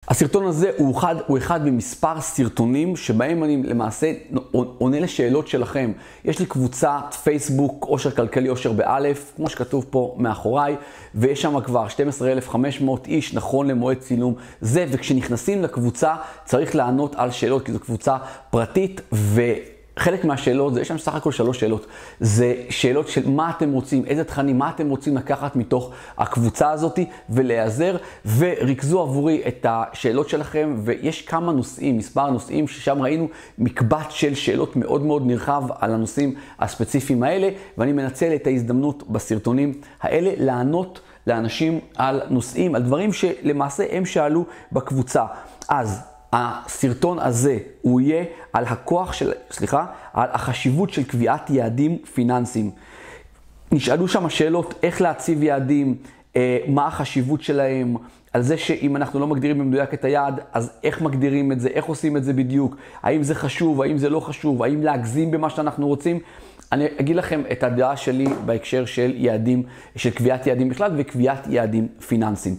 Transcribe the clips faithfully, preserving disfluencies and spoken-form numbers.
הסרטון הזה הוא אחד, הוא אחד ממספר סרטונים שבהם אני למעשה עונה לשאלות שלכם. יש לי קבוצת פייסבוק, עושר כלכלי, עושר באלף, כמו שכתוב פה מאחוריי, ויש שם כבר שנים עשר אלף וחמש מאות איש נכון למועד צילום זה, וכשנכנסים לקבוצה צריך לענות על שאלות, כי זו קבוצה פרטית, ו... חלק מהשאלות, יש שם סך הכל שלוש שאלות, זה שאלות של מה אתם רוצים, איזה תכנים, מה אתם רוצים לקחת מתוך הקבוצה הזאת ולהיעזר, וריכזו עבורי את השאלות שלכם, ויש כמה נושאים, מספר נושאים ששם ראינו מקבץ של שאלות מאוד מאוד נרחב על הנושאים הספציפיים האלה, ואני מנצל את ההזדמנות בסרטונים האלה לענות לאנשים על נושאים, על דברים שלמעשה הם שאלו בקבוצה. אז הסרטון הזה הוא יהיה על הכוח של, סליחה, על החשיבות של קביעת יעדים פיננסיים. נשאלו שם שאלות איך להציב יעדים, מה החשיבות שלהם, על זה שאם אנחנו לא מגדירים במדויק את היעד, אז איך מגדירים את זה, איך עושים את זה בדיוק, האם זה חשוב, האם זה לא חשוב, האם להגזים במה שאנחנו רוצים. אני אגיד לכם את הדעה שלי בהקשר של יעדים, של קביעת יעדים בכלל וקביעת יעדים פיננסיים.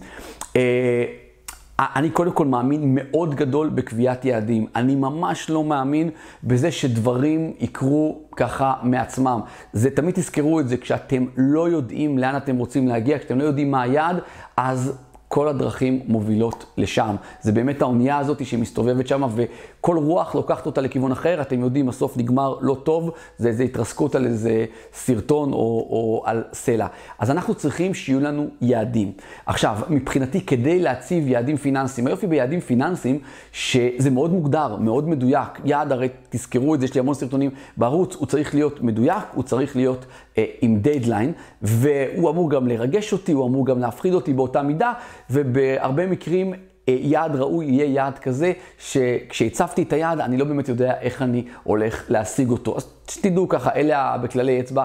אני קודם כל מאמין מאוד גדול בקביעת יעדים. אני ממש לא מאמין בזה שדברים יקרו ככה מעצמם. זה, תמיד תזכרו את זה, כשאתם לא יודעים לאן אתם רוצים להגיע, כשאתם לא יודעים מה היעד, אז כל הדרכים מובילות לשם. זה באמת האונייה הזאת שמסתובבת שם, וכל רוח לוקחת אותה לכיוון אחר. אתם יודעים, הסוף נגמר לא טוב, זה איזה התרסקות על איזה סרטון או, או על סלע. אז אנחנו צריכים שיהיו לנו יעדים. עכשיו, מבחינתי, כדי להציב יעדים פיננסיים, היופי ביעדים פיננסיים, שזה מאוד מוגדר, מאוד מדויק. יעד, הרי תזכרו את זה, יש לי המון סרטונים בערוץ, הוא צריך להיות מדויק, הוא צריך להיות אה, עם דדליין, והוא אמור גם לרגש אותי, הוא אמור גם להפחיד אותי באותה מידה, ובהרבה מקרים יעד ראוי יהיה יעד כזה, שכשהצבתי את היעד אני לא באמת יודע איך אני הולך להשיג אותו. אז שתדעו ככה, אלה בכללי אצבע,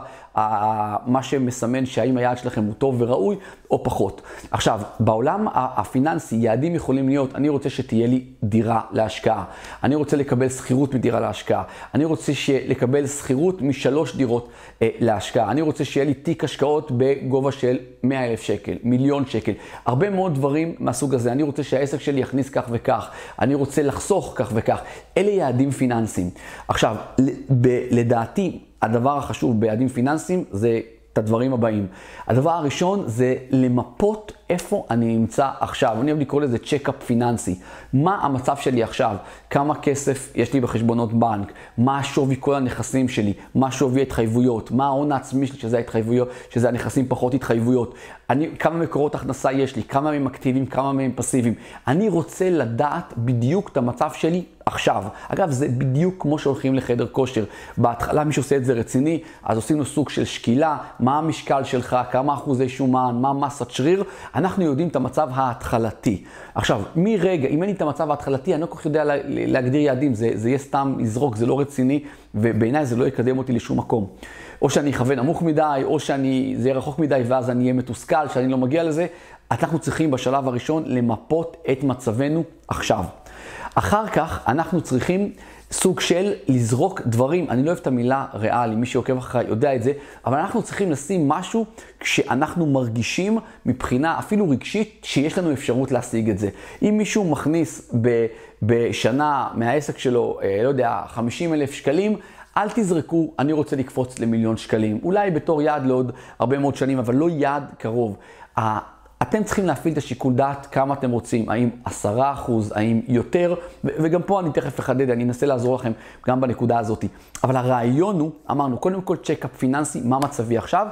מה שמסמן שהאם היעד שלכם הוא טוב וראוי או פחות. עכשיו, בעולם הפיננסי, יעדים יכולים להיות, אני רוצה שתהיה לי דירה להשקעה. אני רוצה לקבל שכירות מדירה להשקעה. אני רוצה לקבל שכירות משלוש דירות אה, להשקעה. אני רוצה שיהיה לי תיק השקעות בגובה של מאה אלף שקל, מיליון שקל. הרבה מאוד דברים מהסוג הזה. אני רוצה שהעסק שלי יכניס כך וכך. אני רוצה לחסוך כך וכך. אלה יעדים פיננסיים. עכשיו, ב- לדעתי, הדבר החשוב ביעדים פיננסיים זה את הדברים הבאים. הדבר הראשון זה למפות איפה אני נמצא עכשיו. אני אוהב לקרוא לזה צ'קאפ פיננסי. מה המצב שלי עכשיו? כמה כסף יש לי בחשבונות בנק? מה שווי כל הנכסים שלי? מה שווי התחייבויות? מה ההון העצמי שלי שזה ההתחייבויות, שזה הנכסים פחות התחייבויות? אני, כמה מקורות הכנסה יש לי? כמה מהם אקטיביים? כמה מהם פסיביים? אני רוצה לדעת בדיוק את המצב שלי עכשיו. אגב, זה בדיוק כמו שהולכים לחדר כושר. בהתחלה מי שעושה את זה רציני, אז עושים לו סוג של שקילה, מה המשקל שלך, כמה אחוזי שומן, מה מסת שריר. אנחנו יודעים את המצב ההתחלתי. עכשיו, מרגע, אם אין לי את המצב ההתחלתי, אני לא כל כך יודע להגדיר יעדים, זה, זה יהיה סתם לזרוק, זה לא רציני, ובעיניי זה לא יקדם אותי לשום מקום. או שאני אכוון נמוך מדי, או שאני, זה יהיה רחוק מדי, ואז אני אהיה מתוסכל, שאני לא מגיע לזה. אנחנו צריכים בשלב הראשון למפות את מצבנו עכשיו. אחר כך אנחנו צריכים סוג של לזרוק דברים, אני לא אוהב את המילה ריאלי, מי שעוקב אחרי יודע את זה, אבל אנחנו צריכים לשים משהו כשאנחנו מרגישים מבחינה אפילו רגשית שיש לנו אפשרות להשיג את זה. אם מישהו מכניס ב, בשנה מהעסק שלו, לא יודע, חמישים אלף שקלים, אל תזרקו, אני רוצה לקפוץ למיליון שקלים. אולי בתור יעד לעוד הרבה מאוד שנים, אבל לא יעד קרוב. אתם צריכים להפעיל את השיקול דעת כמה אתם רוצים, האם עשרה אחוז, האם יותר, וגם פה אני תכף אחדד, אני אנסה לעזור לכם גם בנקודה הזאת. אבל הרעיון הוא, אמרנו, קודם כל צ'קאפ פיננסי, מה מצבי עכשיו,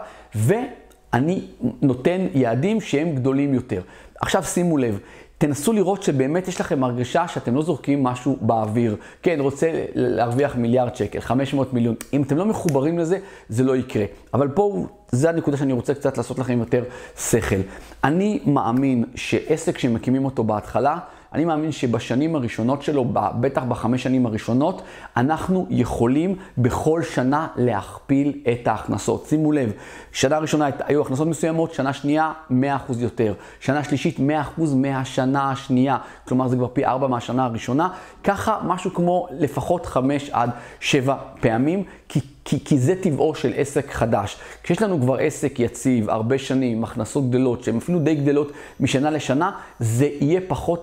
ואני נותן יעדים שהם גדולים יותר. עכשיו שימו לב, תנסו לראות שבאמת יש לכם הרגשה שאתם לא זורקים משהו באוויר. כן, רוצה להרוויח מיליארד שקל, חמש מאות מיליון. אם אתם לא מחוברים לזה, זה לא יקרה. אבל פה, זה הנקודה שאני רוצה קצת לעשות לכם יותר שכל. אני מאמין שעסק שמקימים אותו בהתחלה, אני מאמין שבשנים הראשונות שלו, בטח בחמש שנים הראשונות, אנחנו יכולים בכל שנה להכפיל את ההכנסות. שימו לב, שנה ראשונה היו הכנסות מסוימות, שנה שנייה מאה אחוז יותר. שנה שלישית מאה אחוז מהשנה השנייה. כלומר זה כבר פי ארבע מהשנה הראשונה. ככה משהו כמו לפחות חמש עד שבע פעמים, כי כי, כי זה טבעו של עסק חדש. כשיש לנו כבר עסק יציב, הרבה שנים, הכנסות גדלות, שהן אפילו די גדלות משנה לשנה, זה יהיה פחות רציני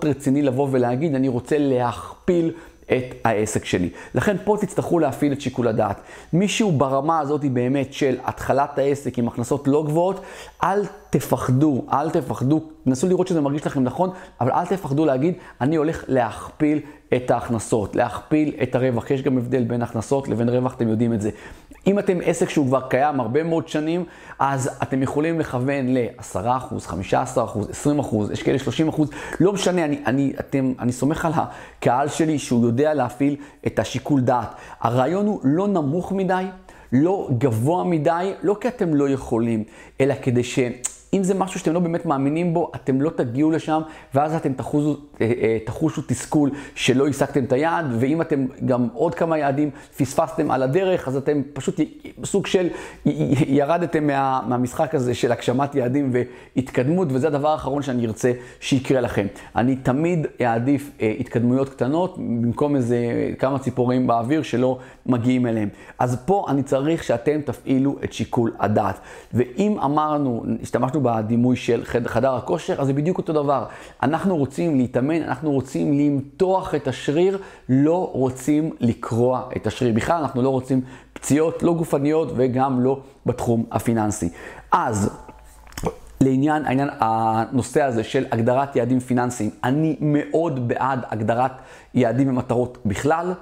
רציני לבוא ולהגיד, אני רוצה להכפיל את העסק שלי. לכן פה תצטרכו להפעיל את שיקול הדעת. מישהו ברמה הזאת באמת של התחלת העסק עם הכנסות לא גבוהות, אל תפחדו, אל תפחדו, תנסו לראות שזה מרגיש לכם נכון, אבל אל תפחדו להגיד, אני הולך להכפיל את ההכנסות, להכפיל את הרווח. יש גם הבדל בין הכנסות לבין רווח, אתם יודעים את זה. אם אתם עסק שהוא כבר קיים הרבה מאוד שנים, אז אתם יכולים לכוון ל-עשרה אחוז, חמישה עשר אחוז, עשרים אחוז, יש כאלה שלושים אחוז, לא משנה, אני, אני, אתם, אני סומך על הקהל שלי שהוא יודע להפעיל את השיקול דעת. הרעיון הוא לא נמוך מדי, לא גבוה מדי, לא כי אתם לא יכולים, אלא כדי ש... אם זה משהו שאתם לא באמת מאמינים בו, אתם לא תגיעו לשם, ואז אתם תחושו, תחושו תסכול שלא השגתם את היעד, ואם אתם גם עוד כמה יעדים פספסתם על הדרך, אז אתם פשוט סוג של ירדתם מה, מהמשחק הזה של הגשמת יעדים והתקדמות, וזה הדבר האחרון שאני ארצה שיקרה לכם. אני תמיד אעדיף התקדמויות קטנות, במקום איזה כמה ציפורים באוויר שלא מגיעים אליהם. אז פה אני צריך שאתם תפעילו את שיקול הדעת. ואם אמרנו, השתמשנו בדימוי של חדר הכושר, אז זה בדיוק אותו דבר. אנחנו רוצים להתאמן, אנחנו רוצים למתוח את השריר, לא רוצים לקרוע את השריר. בכלל אנחנו לא רוצים פציעות, לא גופניות וגם לא בתחום הפיננסי. אז לעניין העניין, הנושא הזה של הגדרת יעדים פיננסיים, אני מאוד בעד הגדרת יעדים ומטרות בכלל,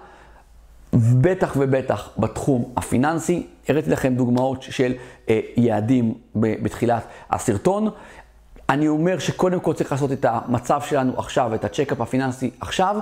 בטח ובטח בתחום הפיננסי. הראיתי לכם דוגמאות של אה, יעדים בתחילת הסרטון. אני אומר שקודם כל צריך לעשות את המצב שלנו עכשיו, את הצ'קאפ הפיננסי עכשיו,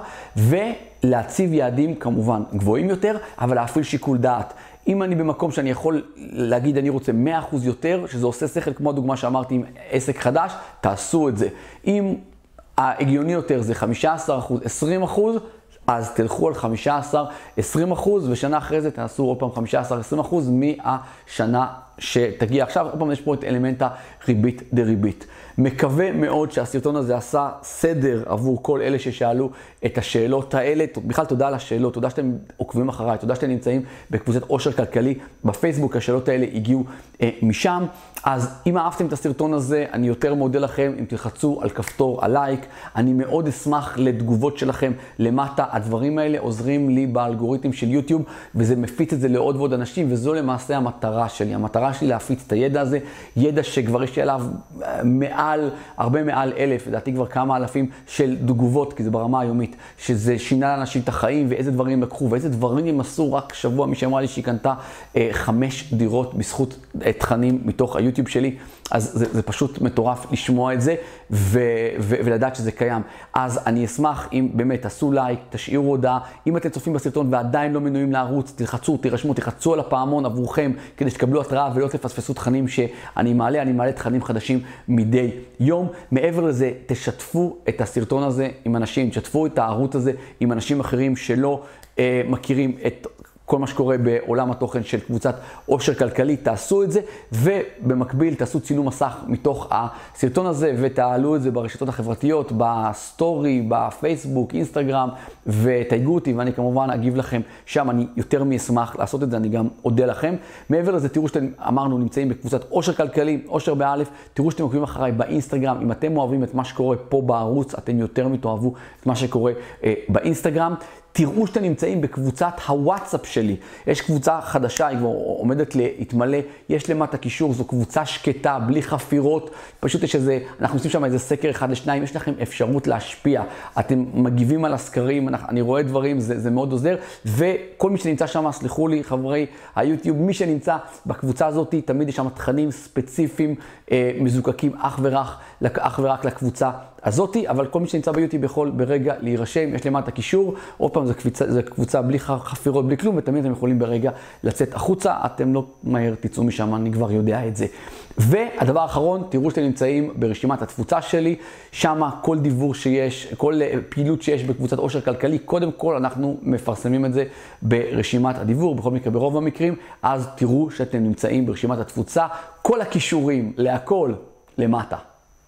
ולהציב יעדים כמובן גבוהים יותר, אבל להפעיל שיקול דעת. אם אני במקום שאני יכול להגיד אני רוצה מאה אחוז יותר, שזה עושה שכל כמו הדוגמה שאמרתי עם עסק חדש, תעשו את זה. אם ההגיוני יותר זה חמישה עשר אחוז, עשרים אחוז, אז תלכו על חמישה עשר עשרים אחוז, ושנה אחרי זה תעשו עוד פעם חמישה עשר עשרים אחוז מהשנה שתגיע עכשיו. עוד פעם יש פה את אלמנט הריבית דריבית. מקווה מאוד שהסרטון הזה עשה סדר עבור כל אלה ששאלו את השאלות האלה. בכלל תודה על השאלות, תודה שאתם עוקבים אחריי, תודה שאתם נמצאים בקבוצת עושר כלכלי בפייסבוק, השאלות האלה הגיעו אה, משם. אז אם אהבתם את הסרטון הזה, אני יותר מודה לכם אם תלחצו על כפתור הלייק. אני מאוד אשמח לתגובות שלכם למטה. הדברים האלה עוזרים לי באלגוריתם של יוטיוב, וזה מפיץ את זה לעוד ועוד אנשים, וזו למעשה המטרה שלי. המטרה שלי להפיץ את הידע הזה, ידע שכבר יש לי עליו מעל, הרבה מעל אלף, לדעתי כבר כמה אלפים של תגובות, כי זה ברמה היומית, שזה שינה לאנשים את החיים, ואיזה דברים לקחו, ואיזה דברים הם עשו. רק שבוע מי שאמרה לי שהיא קנתה אה, חמש דירות בזכות אה, תכנים מתוך היוטיוב שלי, אז זה, זה פשוט מטורף לשמוע את זה, ו, ו, ולדעת שזה קיים. אז אני אשמח אם באמת תעשו לייק, תשאירו הודעה. אם אתם צופים בסרטון ועדיין לא מנויים לערוץ, תלחצו, תירשמו, תלחצו על הפעמון עבורכם, כדי שתקבלו התראה ולא תפספסו תכנים שאני מעלה. אני מעלה תכנים חדשים מדי יום. מעבר לזה, תשתפו את הסרטון הזה עם אנשים, תשתפו את הערוץ הזה עם אנשים אחרים שלא אה, מכירים את כל מה שקורה בעולם התוכן של קבוצת עושר כלכלי. תעשו את זה, ובמקביל תעשו צילום מסך מתוך הסרטון הזה, ותעלו את זה ברשתות החברתיות, בסטורי, בפייסבוק, אינסטגרם, ותייגו אותי, ואני כמובן אגיב לכם שם. אני יותר מאשמח לעשות את זה, אני גם אודה לכם. מעבר לזה, תראו שאתם, אמרנו, נמצאים בקבוצת עושר כלכלי, עושר באלף. תראו שאתם עוקבים אחריי באינסטגרם. אם אתם אוהבים את מה שקורה פה בערוץ, אתם יותר מתאהבו את מה שקורה אה, באינסטגרם. תראו שאתם נמצאים בקבוצת הוואטסאפ שלי. יש קבוצה חדשה, היא כבר עומדת להתמלא. יש למטה קישור, זו קבוצה שקטה, בלי חפירות. פשוט יש איזה, אנחנו עושים שם איזה סקר אחד לשניים, יש לכם אפשרות להשפיע. אתם מגיבים על הסקרים, אני רואה דברים, זה, זה מאוד עוזר. וכל מי שנמצא שם, סליחו לי, חברי היוטיוב, מי שנמצא בקבוצה הזאת, תמיד יש שם תכנים ספציפיים, אה, מזוקקים אך ורק, אך ורק לקבוצה הזאתי, אבל כל מי שנמצא ביוטיוב יכול ברגע להירשם. יש למטה קישור, עוד פעם, זו קבוצה, זו קבוצה בלי חפירות, בלי כלום, ותמיד אתם יכולים ברגע לצאת החוצה. אתם לא מהר תצאו משם, אני כבר יודע את זה. והדבר האחרון, תראו שאתם נמצאים ברשימת התפוצה שלי. שם כל דיבור שיש, כל פעילות שיש בקבוצת עושר כלכלי, קודם כל אנחנו מפרסמים את זה ברשימת הדיבור, בכל מקרה ברוב המקרים. אז תראו שאתם נמצאים ברשימת התפוצה. כל הכישורים להכל למטה.